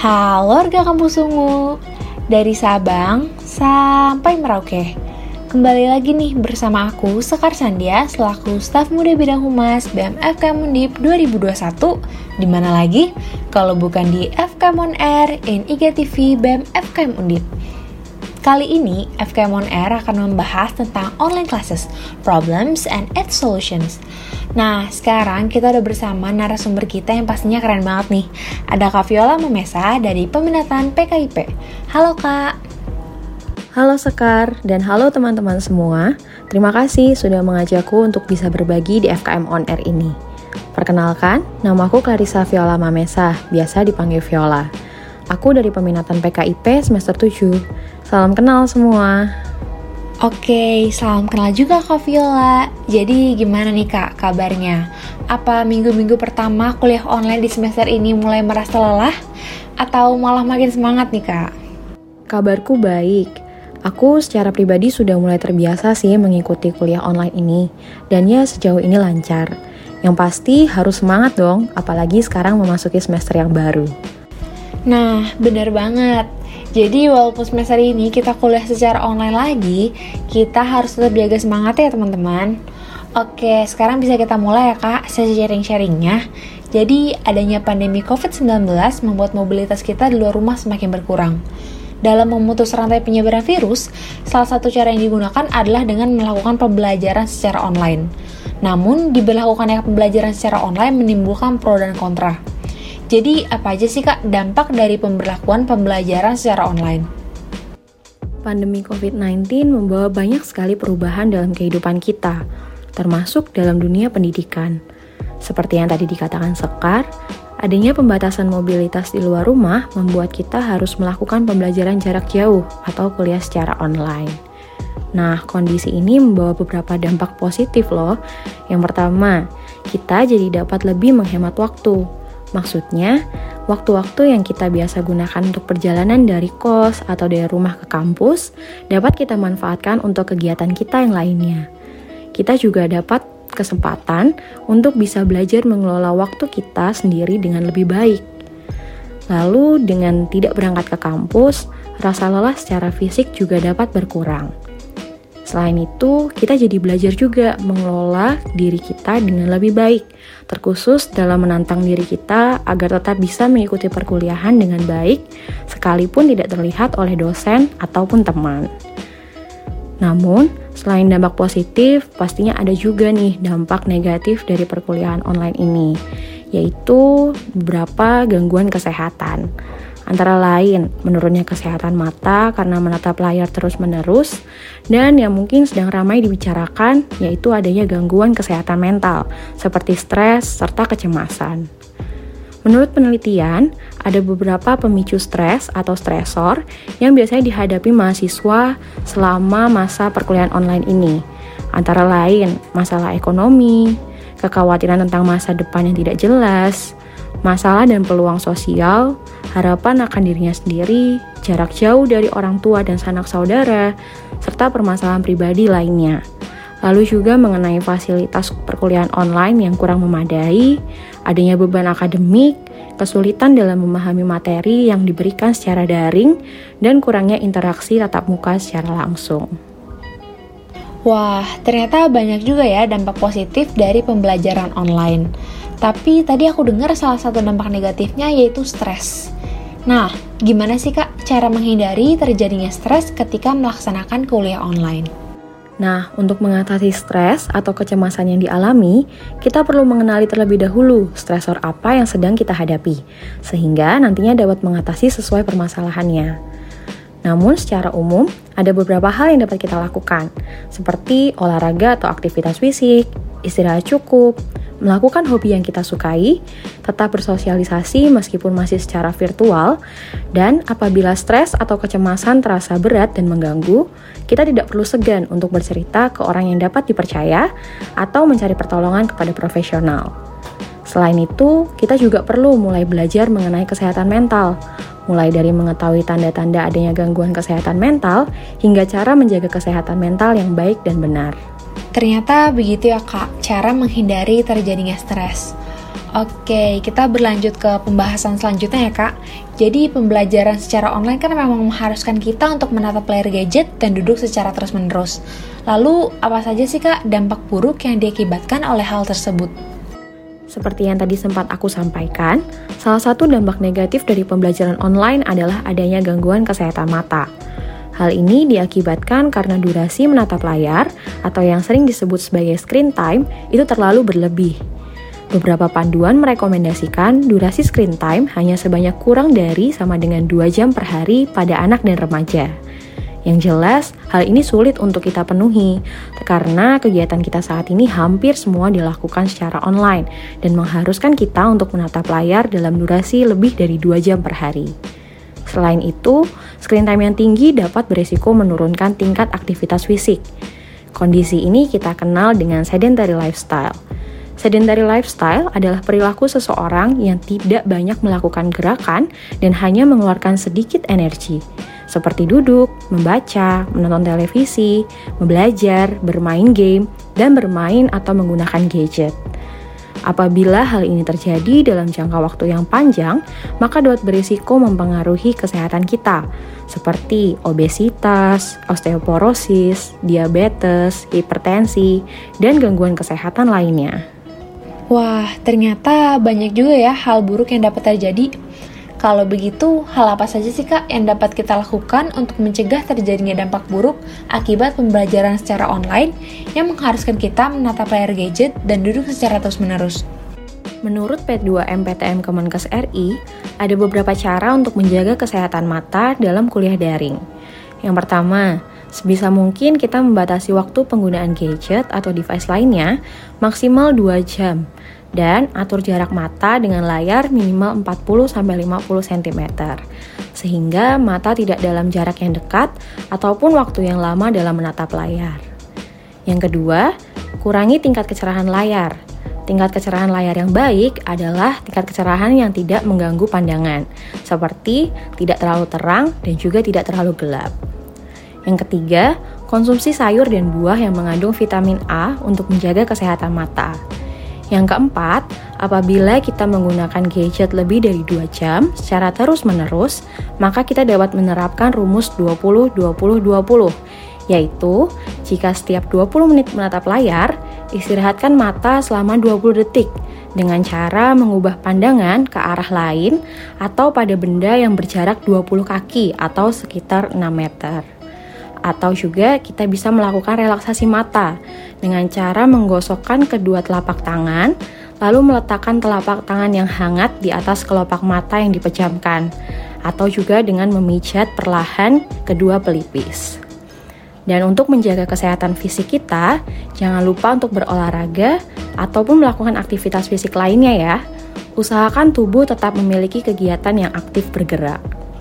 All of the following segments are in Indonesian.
Halo warga Kampus Ungu, dari Sabang sampai Merauke. Kembali lagi nih bersama aku, Sekar Sandia, selaku staf muda bidang humas BEM FKM Undip 2021. Dimana lagi? Kalau bukan di FKM On Air in IGTV BEM FKM Undip. Kali ini, FKM On Air akan membahas tentang online classes, problems and its solutions. Nah, sekarang kita udah bersama narasumber kita yang pastinya keren banget nih. Ada Kak Viola Mamesa dari Peminatan PKIP. Halo Kak. Halo Sekar, dan halo teman-teman semua. Terima kasih sudah mengajakku untuk bisa berbagi di FKM On Air ini. Perkenalkan, namaku Clarissa Viola Mamesa, biasa dipanggil Viola. Aku dari Peminatan PKIP semester 7. Salam kenal semua. Oke, salam kenal juga Kak Viola. Jadi gimana nih Kak kabarnya? Apa minggu-minggu pertama kuliah online di semester ini mulai merasa lelah? Atau malah makin semangat nih Kak? Kabarku baik. Aku secara pribadi sudah mulai terbiasa sih mengikuti kuliah online ini. Dan ya sejauh ini lancar. Yang pasti harus semangat dong, apalagi sekarang memasuki semester yang baru. Nah, benar banget. Jadi walaupun semester ini kita kuliah secara online lagi, kita harus tetap jaga semangat ya teman-teman. Oke, sekarang bisa kita mulai ya Kak, sesi sharing-sharingnya. Jadi adanya pandemi COVID-19 membuat mobilitas kita di luar rumah semakin berkurang. Dalam memutus rantai penyebaran virus, salah satu cara yang digunakan adalah dengan melakukan pembelajaran secara online. Namun, diberlakukannya pembelajaran secara online menimbulkan pro dan kontra. Jadi, apa aja sih Kak dampak dari pemberlakuan pembelajaran secara online? Pandemi COVID-19 membawa banyak sekali perubahan dalam kehidupan kita, termasuk dalam dunia pendidikan. Seperti yang tadi dikatakan Sekar, adanya pembatasan mobilitas di luar rumah membuat kita harus melakukan pembelajaran jarak jauh atau kuliah secara online. Nah, kondisi ini membawa beberapa dampak positif loh. Yang pertama, kita jadi dapat lebih menghemat waktu. Maksudnya, waktu-waktu yang kita biasa gunakan untuk perjalanan dari kos atau dari rumah ke kampus dapat kita manfaatkan untuk kegiatan kita yang lainnya. Kita juga dapat kesempatan untuk bisa belajar mengelola waktu kita sendiri dengan lebih baik. Lalu, dengan tidak berangkat ke kampus, rasa lelah secara fisik juga dapat berkurang. Selain itu, kita jadi belajar juga mengelola diri kita dengan lebih baik, terkhusus dalam menantang diri kita agar tetap bisa mengikuti perkuliahan dengan baik, sekalipun tidak terlihat oleh dosen ataupun teman. Namun, selain dampak positif, pastinya ada juga nih dampak negatif dari perkuliahan online ini, yaitu beberapa gangguan kesehatan. Antara lain, menurunnya kesehatan mata karena menatap layar terus-menerus, dan yang mungkin sedang ramai dibicarakan, yaitu adanya gangguan kesehatan mental, seperti stres serta kecemasan. Menurut penelitian, ada beberapa pemicu stres atau stresor yang biasanya dihadapi mahasiswa selama masa perkuliahan online ini. Antara lain, masalah ekonomi, kekhawatiran tentang masa depan yang tidak jelas, masalah dan peluang sosial, harapan akan dirinya sendiri, jarak jauh dari orang tua dan sanak saudara, serta permasalahan pribadi lainnya. Lalu juga mengenai fasilitas perkuliahan online yang kurang memadai, adanya beban akademik, kesulitan dalam memahami materi yang diberikan secara daring, dan kurangnya interaksi tatap muka secara langsung. Wah, ternyata banyak juga ya dampak positif dari pembelajaran online. Tapi tadi aku dengar salah satu dampak negatifnya yaitu stres. Nah, gimana sih Kak cara menghindari terjadinya stres ketika melaksanakan kuliah online? Nah, untuk mengatasi stres atau kecemasan yang dialami, kita perlu mengenali terlebih dahulu stresor apa yang sedang kita hadapi, sehingga nantinya dapat mengatasi sesuai permasalahannya. Namun, secara umum, ada beberapa hal yang dapat kita lakukan, seperti olahraga atau aktivitas fisik, istirahat cukup, melakukan hobi yang kita sukai, tetap bersosialisasi meskipun masih secara virtual, dan apabila stres atau kecemasan terasa berat dan mengganggu, kita tidak perlu segan untuk bercerita ke orang yang dapat dipercaya atau mencari pertolongan kepada profesional. Selain itu, kita juga perlu mulai belajar mengenai kesehatan mental, mulai dari mengetahui tanda-tanda adanya gangguan kesehatan mental hingga cara menjaga kesehatan mental yang baik dan benar. Ternyata begitu ya Kak, cara menghindari terjadinya stres. Oke, kita berlanjut ke pembahasan selanjutnya ya Kak. Jadi pembelajaran secara online kan memang mengharuskan kita untuk menatap layar gadget dan duduk secara terus-menerus. Lalu, apa saja sih Kak dampak buruk yang diakibatkan oleh hal tersebut? Seperti yang tadi sempat aku sampaikan, salah satu dampak negatif dari pembelajaran online adalah adanya gangguan kesehatan mata. Hal ini diakibatkan karena durasi menatap layar atau yang sering disebut sebagai screen time itu terlalu berlebih. Beberapa panduan merekomendasikan durasi screen time hanya sebanyak kurang dari sama dengan 2 jam per hari pada anak dan remaja. Yang jelas, hal ini sulit untuk kita penuhi karena kegiatan kita saat ini hampir semua dilakukan secara online dan mengharuskan kita untuk menatap layar dalam durasi lebih dari 2 jam per hari. Selain itu, screen time yang tinggi dapat berisiko menurunkan tingkat aktivitas fisik. Kondisi ini kita kenal dengan sedentary lifestyle. Sedentary lifestyle adalah perilaku seseorang yang tidak banyak melakukan gerakan dan hanya mengeluarkan sedikit energi, seperti duduk, membaca, menonton televisi, belajar, bermain game, dan bermain atau menggunakan gadget. Apabila hal ini terjadi dalam jangka waktu yang panjang, maka dapat berisiko mempengaruhi kesehatan kita, seperti obesitas, osteoporosis, diabetes, hipertensi, dan gangguan kesehatan lainnya. Wah, ternyata banyak juga ya hal buruk yang dapat terjadi. Kalau begitu, hal apa saja sih Kak yang dapat kita lakukan untuk mencegah terjadinya dampak buruk akibat pembelajaran secara online yang mengharuskan kita menatap layar gadget dan duduk secara terus-menerus? Menurut P2M PTM Kemenkes RI, ada beberapa cara untuk menjaga kesehatan mata dalam kuliah daring. Yang pertama, sebisa mungkin kita membatasi waktu penggunaan gadget atau device lainnya maksimal 2 jam dan atur jarak mata dengan layar minimal 40-50 cm sehingga mata tidak dalam jarak yang dekat ataupun waktu yang lama dalam menatap layar. Yang kedua, kurangi tingkat kecerahan layar. Tingkat kecerahan layar yang baik adalah tingkat kecerahan yang tidak mengganggu pandangan, seperti tidak terlalu terang dan juga tidak terlalu gelap. Yang ketiga, konsumsi sayur dan buah yang mengandung vitamin A untuk menjaga kesehatan mata. Yang keempat, apabila kita menggunakan gadget lebih dari 2 jam secara terus-menerus, maka kita dapat menerapkan rumus 20-20-20, yaitu jika setiap 20 menit menatap layar, istirahatkan mata selama 20 detik dengan cara mengubah pandangan ke arah lain atau pada benda yang berjarak 20 kaki atau sekitar 6 meter. Atau juga kita bisa melakukan relaksasi mata dengan cara menggosokkan kedua telapak tangan, lalu meletakkan telapak tangan yang hangat di atas kelopak mata yang dipejamkan, atau juga dengan memijat perlahan kedua pelipis. Dan untuk menjaga kesehatan fisik kita, jangan lupa untuk berolahraga ataupun melakukan aktivitas fisik lainnya ya. Usahakan tubuh tetap memiliki kegiatan yang aktif bergerak.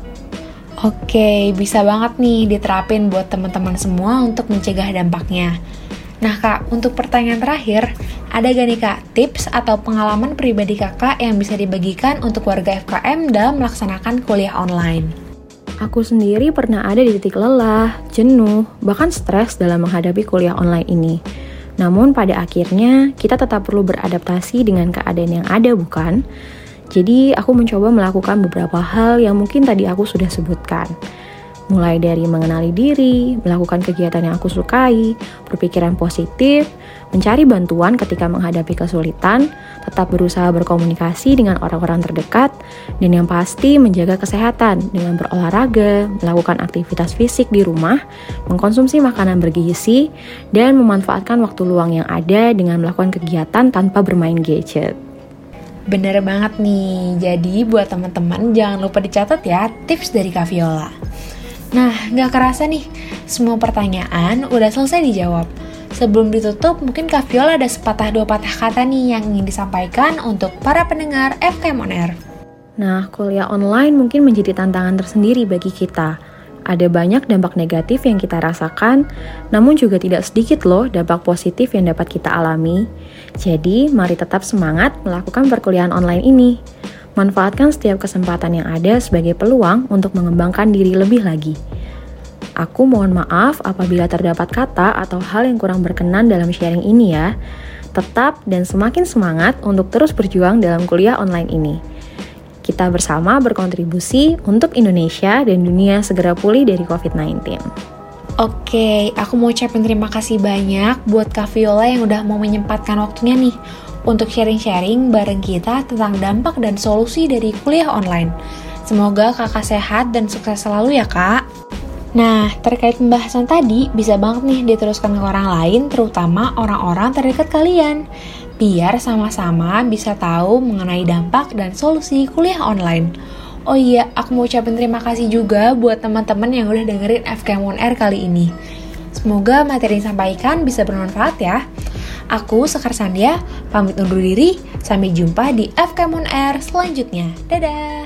Oke, bisa banget nih diterapin buat teman-teman semua untuk mencegah dampaknya. Nah Kak, untuk pertanyaan terakhir, ada gak nih Kak tips atau pengalaman pribadi Kakak yang bisa dibagikan untuk warga FKM dalam melaksanakan kuliah online? Aku sendiri pernah ada di titik lelah, jenuh, bahkan stres dalam menghadapi kuliah online ini. Namun pada akhirnya, kita tetap perlu beradaptasi dengan keadaan yang ada, bukan? Jadi aku mencoba melakukan beberapa hal yang mungkin tadi aku sudah sebutkan. Mulai dari mengenali diri, melakukan kegiatan yang aku sukai, berpikiran positif, mencari bantuan ketika menghadapi kesulitan, tetap berusaha berkomunikasi dengan orang-orang terdekat, dan yang pasti menjaga kesehatan dengan berolahraga, melakukan aktivitas fisik di rumah, mengkonsumsi makanan bergizi, dan memanfaatkan waktu luang yang ada dengan melakukan kegiatan tanpa bermain gadget. Bener banget nih, jadi buat teman-teman jangan lupa dicatat ya tips dari Kak Viola. Nah, gak kerasa nih, semua pertanyaan udah selesai dijawab. Sebelum ditutup, mungkin Kak Viola ada sepatah dua patah kata nih yang ingin disampaikan untuk para pendengar FKM On Air. Nah, kuliah online mungkin menjadi tantangan tersendiri bagi kita. Ada banyak dampak negatif yang kita rasakan, namun juga tidak sedikit loh dampak positif yang dapat kita alami. Jadi, mari tetap semangat melakukan perkuliahan online ini. Manfaatkan setiap kesempatan yang ada sebagai peluang untuk mengembangkan diri lebih lagi. Aku mohon maaf apabila terdapat kata atau hal yang kurang berkenan dalam sharing ini ya. tetap dan semakin semangat untuk terus berjuang dalam kuliah online ini. Kita bersama berkontribusi untuk Indonesia dan dunia segera pulih dari COVID-19. Oke, aku mau ucapin terima kasih banyak buat Kak Viola yang udah mau menyempatkan waktunya nih untuk sharing-sharing bareng kita tentang dampak dan solusi dari kuliah online. Semoga kakak sehat dan sukses selalu ya kak. Nah, terkait pembahasan tadi, bisa banget nih diteruskan ke orang lain, terutama orang-orang terdekat kalian. Biar sama-sama bisa tahu mengenai dampak dan solusi kuliah online. Oh iya, aku mau ucapin terima kasih juga buat teman-teman yang udah dengerin FKM On Air kali ini. Semoga materi yang disampaikan bisa bermanfaat ya. Aku, Sekar Sandia, pamit undur diri. Sampai jumpa di FKM On Air selanjutnya. Dadah!